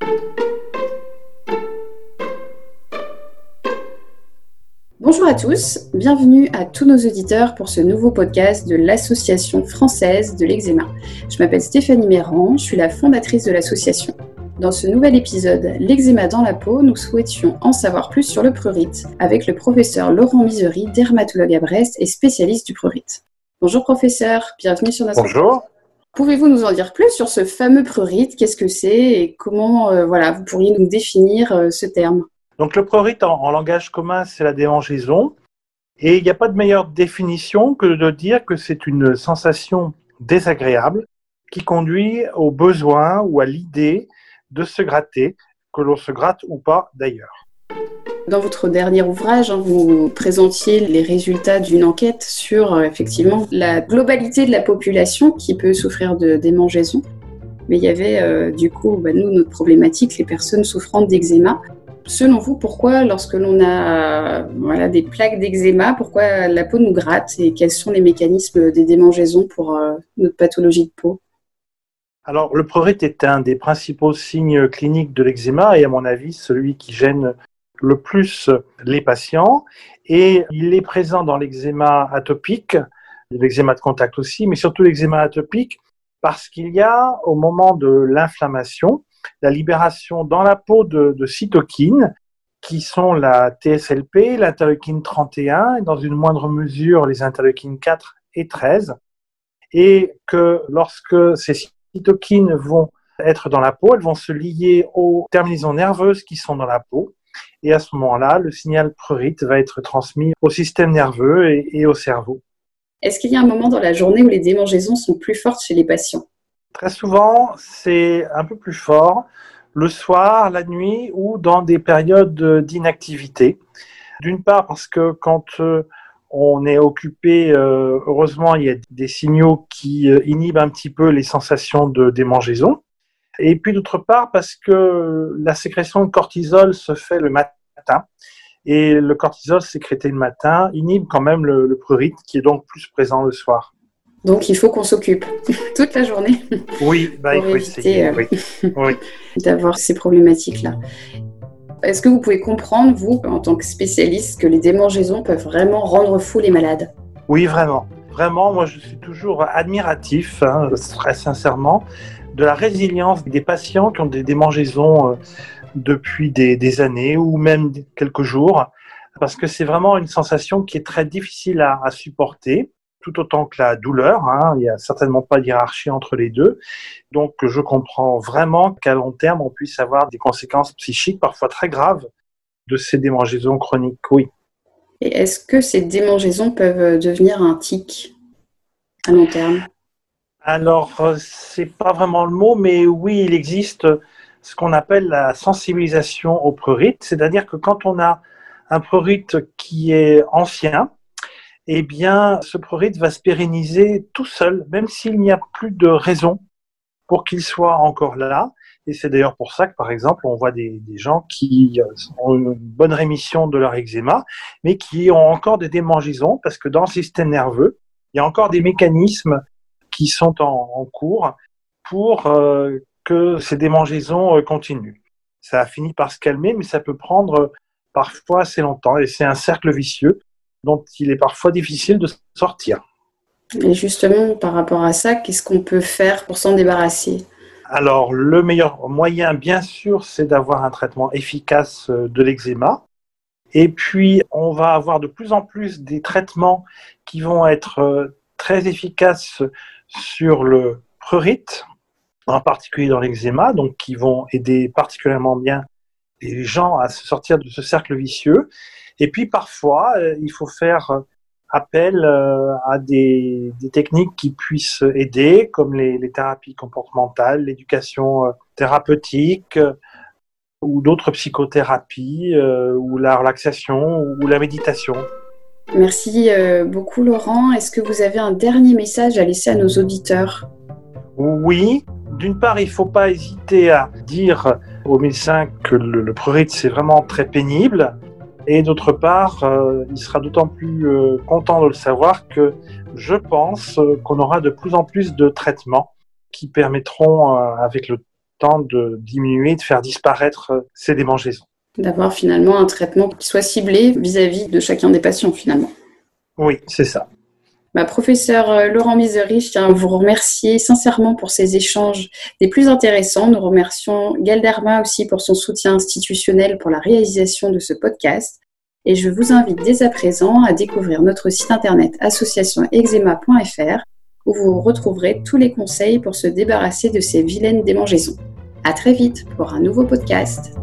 Bonjour à tous, bienvenue à tous nos auditeurs pour ce nouveau podcast de l'Association française de l'eczéma. Je m'appelle Stéphanie Mérand, je suis la fondatrice de l'association. Dans ce nouvel épisode, l'eczéma dans la peau, nous souhaitions en savoir plus sur le prurite avec le professeur Laurent Misery, dermatologue à Brest et spécialiste du prurite. Bonjour professeur, bienvenue sur notre Bonjour. podcast. Pouvez-vous nous en dire plus sur ce fameux prurite? Qu'est-ce que c'est et comment vous pourriez nous définir ce terme? Donc le prurite en langage commun, c'est la démangeaison. Et il n'y a pas de meilleure définition que de dire que c'est une sensation désagréable qui conduit au besoin ou à l'idée de se gratter, que l'on se gratte ou pas d'ailleurs. Dans votre dernier ouvrage, vous présentiez les résultats d'une enquête sur effectivement la globalité de la population qui peut souffrir de démangeaison. Mais il y avait nous, notre problématique, les personnes souffrant d'eczéma. Selon vous, pourquoi lorsque l'on a des plaques d'eczéma, pourquoi la peau nous gratte et quels sont les mécanismes des démangeaisons pour notre pathologie de peau? Alors le prurite est un des principaux signes cliniques de l'eczéma et à mon avis celui qui gêne le plus les patients, et il est présent dans l'eczéma atopique, l'eczéma de contact aussi, mais surtout l'eczéma atopique parce qu'il y a au moment de l'inflammation la libération dans la peau de cytokines qui sont la TSLP, l'interleukine 31 et dans une moindre mesure les interleukines 4 et 13, et que lorsque ces cytokines vont être dans la peau, elles vont se lier aux terminaisons nerveuses qui sont dans la peau. Et à ce moment-là, le signal prurite va être transmis au système nerveux et au cerveau. Est-ce qu'il y a un moment dans la journée où les démangeaisons sont plus fortes chez les patients? Très souvent, c'est un peu plus fort le soir, la nuit ou dans des périodes d'inactivité. D'une part parce que quand on est occupé, heureusement, il y a des signaux qui inhibent un petit peu les sensations de démangeaison. Et puis d'autre part parce que la sécrétion de cortisol se fait le matin, et le cortisol sécrété le matin inhibe quand même le prurite qui est donc plus présent le soir. Donc il faut qu'on s'occupe toute la journée. Oui, il faut essayer oui. D'avoir ces problématiques-là. Est-ce que vous pouvez comprendre, vous, en tant que spécialiste, que les démangeaisons peuvent vraiment rendre fous les malades? Oui, vraiment. Vraiment, moi je suis toujours admiratif, très sincèrement, de la résilience des patients qui ont des démangeaisons depuis des années ou même quelques jours, parce que c'est vraiment une sensation qui est très difficile à supporter, tout autant que la douleur. Il n'y a certainement pas de hiérarchie entre les deux. Donc je comprends vraiment qu'à long terme, on puisse avoir des conséquences psychiques parfois très graves de ces démangeaisons chroniques, oui. Et est-ce que ces démangeaisons peuvent devenir un tic à long terme? Alors, c'est pas vraiment le mot, mais oui, il existe ce qu'on appelle la sensibilisation au prurite, c'est-à-dire que quand on a un prurite qui est ancien, eh bien, ce prurite va se pérenniser tout seul, même s'il n'y a plus de raison pour qu'il soit encore là. Et c'est d'ailleurs pour ça que, par exemple, on voit des gens qui ont une bonne rémission de leur eczéma, mais qui ont encore des démangeaisons, parce que dans le système nerveux, il y a encore des mécanismes qui sont en cours pour que ces démangeaisons continuent. Ça a fini par se calmer, mais ça peut prendre parfois assez longtemps, et c'est un cercle vicieux dont il est parfois difficile de sortir. Et justement, par rapport à ça, qu'est-ce qu'on peut faire pour s'en débarrasser? Alors, le meilleur moyen, bien sûr, c'est d'avoir un traitement efficace de l'eczéma. Et puis, on va avoir de plus en plus des traitements qui vont être très efficaces sur le prurite, en particulier dans l'eczéma, donc qui vont aider particulièrement bien les gens à se sortir de ce cercle vicieux. Et puis parfois, il faut faire appel à des techniques qui puissent aider, comme les thérapies comportementales, l'éducation thérapeutique, ou d'autres psychothérapies, ou la relaxation, ou la méditation. Merci beaucoup Laurent. Est-ce que vous avez un dernier message à laisser à nos auditeurs? Oui, d'une part, il ne faut pas hésiter à dire aux médecins que le prurite, c'est vraiment très pénible. Et d'autre part, il sera d'autant plus content de le savoir que je pense qu'on aura de plus en plus de traitements qui permettront, avec le temps de diminuer, de faire disparaître ces démangeaisons. D'avoir finalement un traitement qui soit ciblé vis-à-vis de chacun des patients finalement. Oui, c'est ça. Professeur Laurent Misery, je tiens à vous remercier sincèrement pour ces échanges des plus intéressants. Nous remercions Galderma aussi pour son soutien institutionnel pour la réalisation de ce podcast. Et je vous invite dès à présent à découvrir notre site internet associationeczema.fr où vous retrouverez tous les conseils pour se débarrasser de ces vilaines démangeaisons. À très vite pour un nouveau podcast.